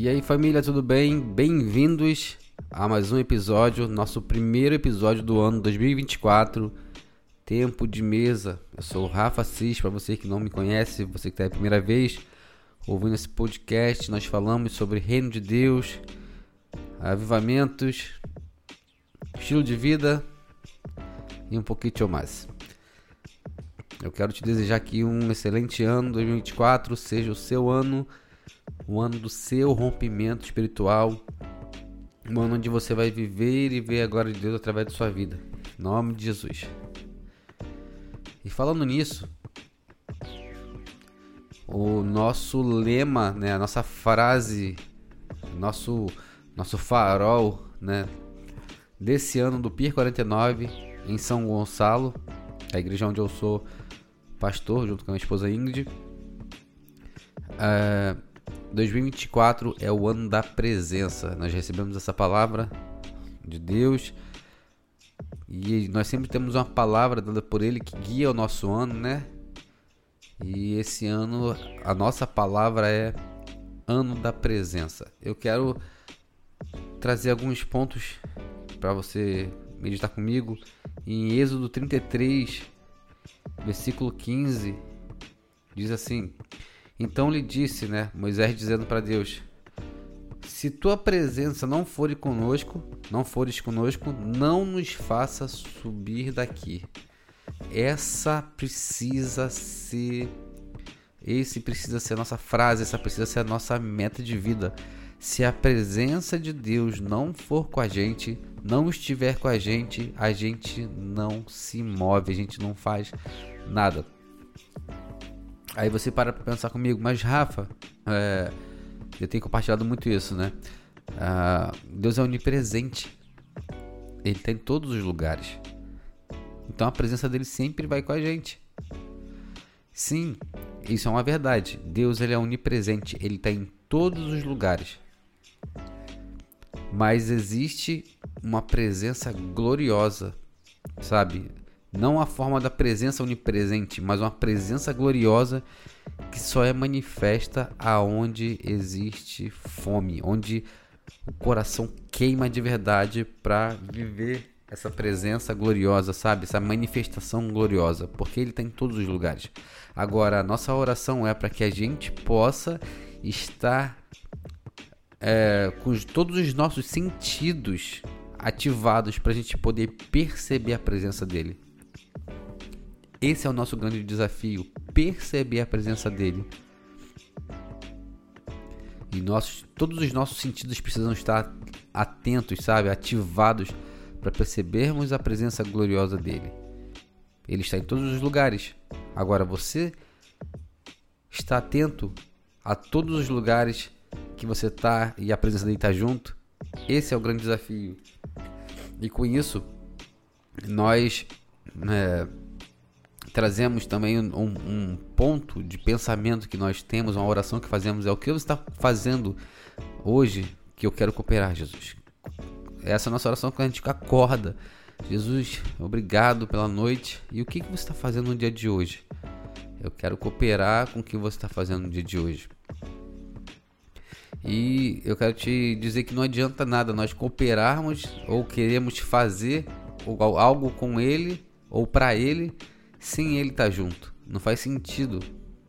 E aí, família, tudo bem? Bem-vindos a mais um episódio, nosso primeiro episódio do ano 2024, Tempo de Mesa. Eu sou o Rafa Assis, para você que não me conhece, você que está a primeira vez ouvindo esse podcast, nós falamos sobre Reino de Deus, avivamentos, estilo de vida e um pouquinho mais. Eu quero te desejar aqui um excelente ano 2024, seja o seu ano, o ano do seu rompimento espiritual, um ano onde você vai viver e ver a glória de Deus através da sua vida, em nome de Jesus. E falando nisso, o nosso lema, né, a nossa frase, nosso farol, né, desse ano do Pier 49 em São Gonçalo, a igreja onde eu sou pastor junto com a minha esposa Ingrid. 2024 é o ano da presença. Nós recebemos essa palavra de Deus e nós sempre temos uma palavra dada por Ele que guia o nosso ano, né? E esse ano a nossa palavra é ano da presença. Eu quero trazer alguns pontos para você meditar comigo. Em Êxodo 33, versículo 15, diz assim: então lhe disse, né, Moisés dizendo para Deus: se tua presença não fores conosco, não nos faça subir daqui. Esse precisa ser a nossa frase, essa precisa ser a nossa meta de vida. Se a presença de Deus não for com a gente, não estiver com a gente não se move, a gente não faz nada. Aí você para pensar comigo, mas Rafa, eu tenho compartilhado muito isso, né? Deus é onipresente, Ele está em todos os lugares, então a presença dele sempre vai com a gente. Sim, isso é uma verdade. Deus, ele é onipresente, ele está em todos os lugares. Mas existe uma presença gloriosa, sabe? Não a forma da presença onipresente, mas uma presença gloriosa que só é manifesta aonde existe fome, onde o coração queima de verdade para viver essa presença gloriosa, sabe? Essa manifestação gloriosa, porque Ele está em todos os lugares. Agora, a nossa oração é para que a gente possa estar com todos os nossos sentidos ativados para a gente poder perceber a presença dEle. Esse é o nosso grande desafio, perceber a presença dEle. E todos os nossos sentidos precisam estar atentos, sabe? Ativados para percebermos a presença gloriosa dEle. Ele está em todos os lugares. Agora você está atento a todos os lugares que você está e a presença dEle está junto? Esse é o grande desafio. E com isso, nós trazemos também um ponto de pensamento que nós temos, uma oração que fazemos, é o que você está fazendo hoje que eu quero cooperar, Jesus. Essa é a nossa oração quando a gente acorda. Jesus, obrigado pela noite. E o que você está fazendo no dia de hoje? Eu quero cooperar com o que você está fazendo no dia de hoje. E eu quero te dizer que não adianta nada nós cooperarmos ou queremos fazer algo com Ele ou para Ele sem Ele estar junto. Não faz sentido.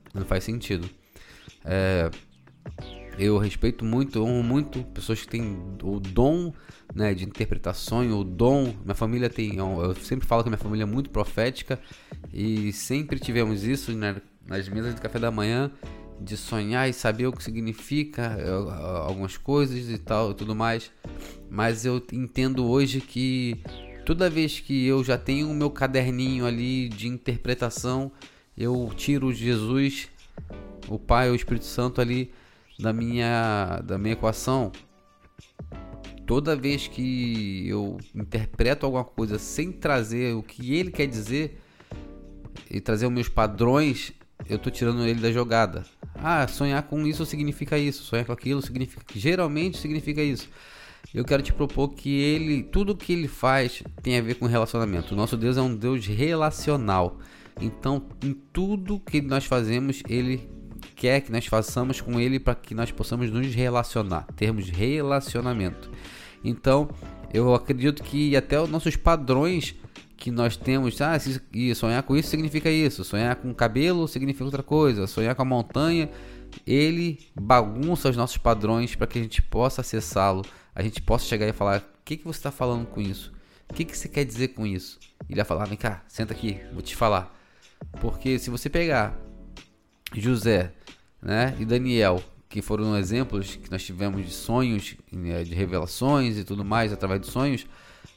Eu respeito muito, honro muito pessoas que têm o dom, né, de interpretação, o dom. Minha família eu sempre falo que minha família é muito profética e sempre tivemos isso, né, nas mesas de café da manhã, de sonhar e saber o que significa algumas coisas e tal e tudo mais. Mas eu entendo hoje que toda vez que eu já tenho o meu caderninho ali de interpretação, eu tiro Jesus, o Pai, o Espírito Santo ali da minha equação. Toda vez que eu interpreto alguma coisa sem trazer o que ele quer dizer e trazer os meus padrões, eu tô tirando ele da jogada. Sonhar com isso significa isso, sonhar com aquilo geralmente significa isso. Eu quero te propor que tudo que ele faz tem a ver com relacionamento. O nosso Deus é um Deus relacional. Então, em tudo que nós fazemos, ele quer que nós façamos com Ele para que nós possamos nos relacionar, termos relacionamento. Então, eu acredito que até os nossos padrões que nós temos, e sonhar com isso significa isso, sonhar com cabelo significa outra coisa, sonhar com a montanha, ele bagunça os nossos padrões para que a gente possa acessá-lo, a gente possa chegar e falar: o que você está falando com isso? O que você quer dizer com isso? Ele vai falar: vem cá, senta aqui, vou te falar. Porque se você pegar José, né, e Daniel, que foram exemplos que nós tivemos de sonhos, de revelações e tudo mais através de sonhos,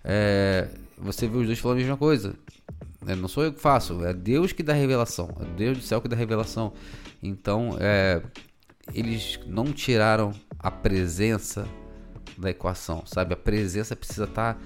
você vê os dois falando a mesma coisa. Não sou eu que faço, é Deus que dá revelação, é Deus do céu que dá revelação. Então, eles não tiraram a presença da equação, sabe? A presença precisa estar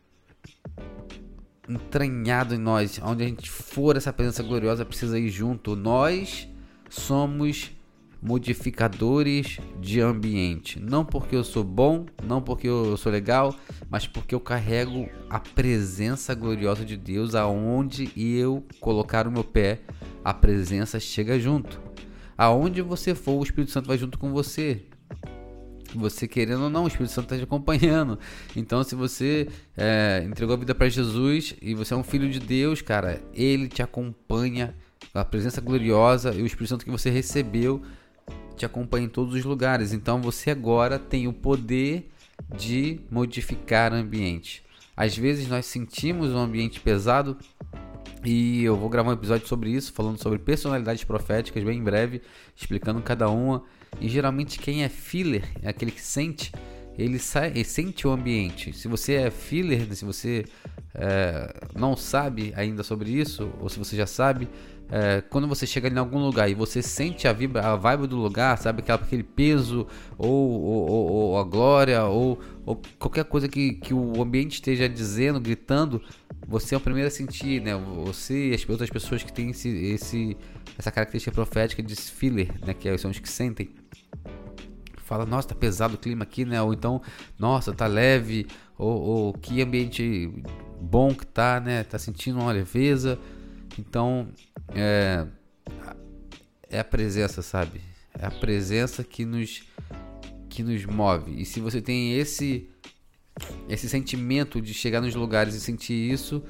entranhado em nós. Onde a gente for, essa presença gloriosa precisa ir junto. Nós somos modificadores de ambiente, não porque eu sou bom, não porque eu sou legal, mas porque eu carrego a presença gloriosa de Deus. Aonde eu colocar o meu pé, a presença chega junto. Aonde você for, o Espírito Santo vai junto com você. Você querendo ou não, o Espírito Santo está te acompanhando. Então, se você entregou a vida para Jesus e você é um filho de Deus, cara, Ele te acompanha. A presença gloriosa e o Espírito Santo que você recebeu te acompanha em todos os lugares. Então, você agora tem o poder de modificar o ambiente. Às vezes, nós sentimos um ambiente pesado, e eu vou gravar um episódio sobre isso, falando sobre personalidades proféticas, bem em breve, explicando cada uma. E geralmente quem é feeler, é aquele que sente, ele sente o ambiente. Se você é feeler, se você não sabe ainda sobre isso, ou se você já sabe, quando você chega em algum lugar e você sente a vibe do lugar, sabe, aquele peso, ou a glória, ou qualquer coisa que o ambiente esteja dizendo, gritando, você é o primeiro a sentir, né? Você e as outras pessoas que têm essa característica profética de feeler, né? Que são os que sentem. Fala: nossa, tá pesado o clima aqui, né? Ou então, nossa, tá leve, ou que ambiente bom que tá, né? Tá sentindo uma leveza. Então, é a presença, sabe? É a presença que nos move. E se você tem esse sentimento de chegar nos lugares e sentir isso,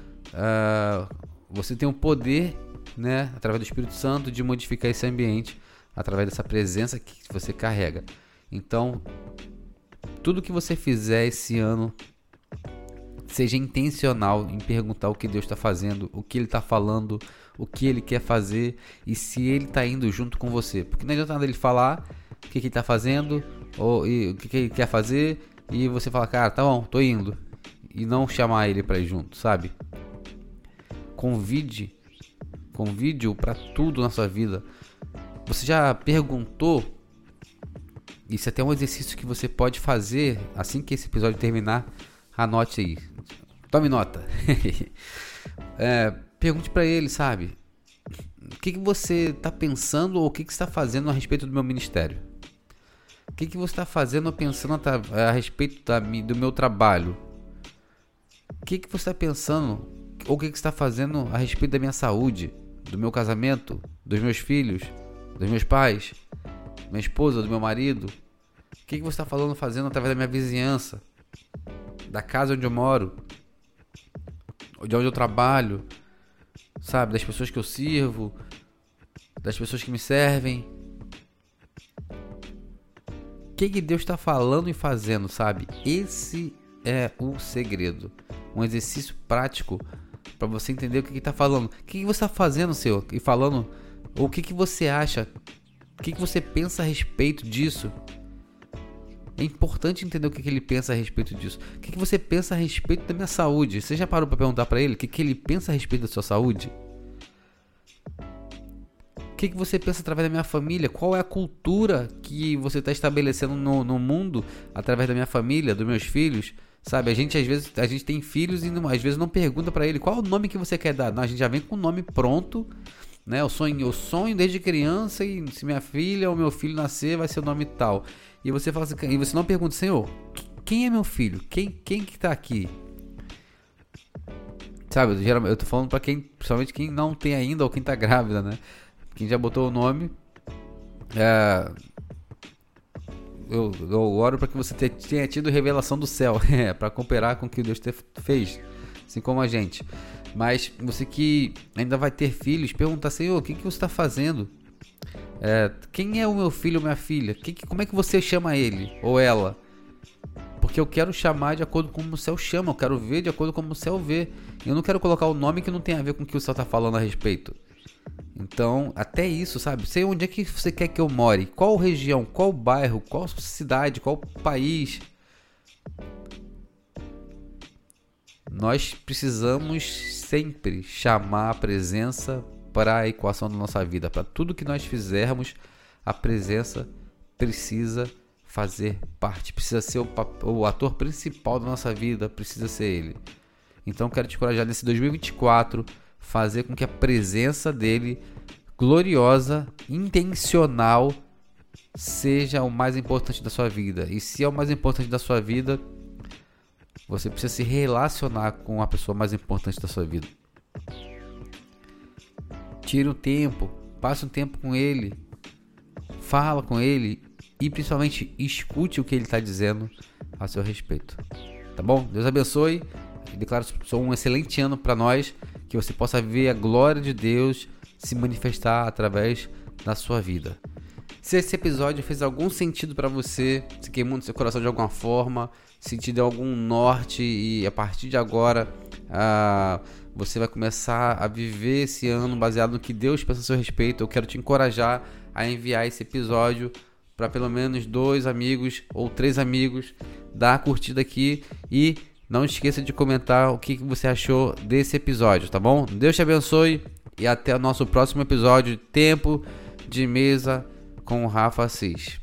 você tem o poder, né, através do Espírito Santo, de modificar esse ambiente através dessa presença que você carrega. Então, tudo que você fizer esse ano, seja intencional em perguntar o que Deus está fazendo, o que Ele está falando, o que Ele quer fazer e se Ele está indo junto com você. Porque não adianta nada Ele falar o que Ele está fazendo e o que Ele quer fazer e você fala: cara, tá bom, tô indo, e não chamar Ele para ir junto, sabe? Convide-o para tudo na sua vida. Você já perguntou? Isso é até um exercício que você pode fazer assim que esse episódio terminar. Anote aí, tome nota. Pergunte para ele, sabe? O que você está pensando ou o que você está fazendo a respeito do meu ministério? O que você está fazendo ou pensando a respeito do meu trabalho? O que você está pensando ou o que você está fazendo a respeito da minha saúde, do meu casamento, dos meus filhos, dos meus pais, minha esposa, do meu marido? O que você está fazendo através da minha vizinhança, da casa onde eu moro, de onde eu trabalho, sabe, das pessoas que eu sirvo, das pessoas que me servem? O que Deus está falando e fazendo, sabe? Esse é o segredo. Um exercício prático para você entender o que Ele está falando. O que você está fazendo, Senhor? E falando, ou o que você acha? O que você pensa a respeito disso? É importante entender o que Ele pensa a respeito disso. O que você pensa a respeito da minha saúde? Você já parou para perguntar para Ele o que Ele pensa a respeito da sua saúde? O que você pensa através da minha família? Qual é a cultura que você está estabelecendo no mundo através da minha família, dos meus filhos? Sabe, às vezes a gente tem filhos e às vezes não pergunta para ele qual é o nome que você quer dar. Não, a gente já vem com o nome pronto, né? Eu sonho desde criança e se minha filha ou meu filho nascer vai ser o nome tal. E você fala assim, e você não pergunta: Senhor, quem é meu filho? Quem que tá aqui? Sabe, eu tô falando para principalmente quem não tem ainda ou quem tá grávida, né? Quem já botou o nome, Eu oro para que você tenha tido revelação do céu, para comparar com o que Deus fez, assim como a gente. Mas você que ainda vai ter filhos, perguntar: Senhor, o que você está fazendo? Quem é o meu filho ou minha filha? Como é que você chama ele ou ela? Porque eu quero chamar de acordo com como o céu chama, eu quero ver de acordo com como o céu vê. Eu não quero colocar o nome que não tem a ver com o que o céu está falando a respeito. Então, até isso, sabe? Sei onde é que você quer que eu more, qual região, qual bairro, qual cidade, qual país. Nós precisamos sempre chamar a presença para a equação da nossa vida. Para tudo que nós fizermos, a presença precisa fazer parte, precisa ser o ator principal da nossa vida, precisa ser ele. Então quero te encorajar nesse 2024, fazer com que a presença dele, gloriosa, intencional, seja o mais importante da sua vida. E se é o mais importante da sua vida, você precisa se relacionar com a pessoa mais importante da sua vida. Tire um tempo, passe um tempo com ele, fala com ele e principalmente escute o que ele está dizendo a seu respeito. Tá bom? Deus abençoe. Eu declaro um excelente ano para nós, que você possa ver a glória de Deus se manifestar através da sua vida. Se esse episódio fez algum sentido para você, se queimou no seu coração de alguma forma, se te deu algum norte e a partir de agora você vai começar a viver esse ano baseado no que Deus pensa a seu respeito, eu quero te encorajar a enviar esse episódio para pelo menos 2 amigos ou 3 amigos, dar a curtida aqui e não esqueça de comentar o que você achou desse episódio, tá bom? Deus te abençoe e até o nosso próximo episódio, Tempo de Mesa com o Rafa Assis.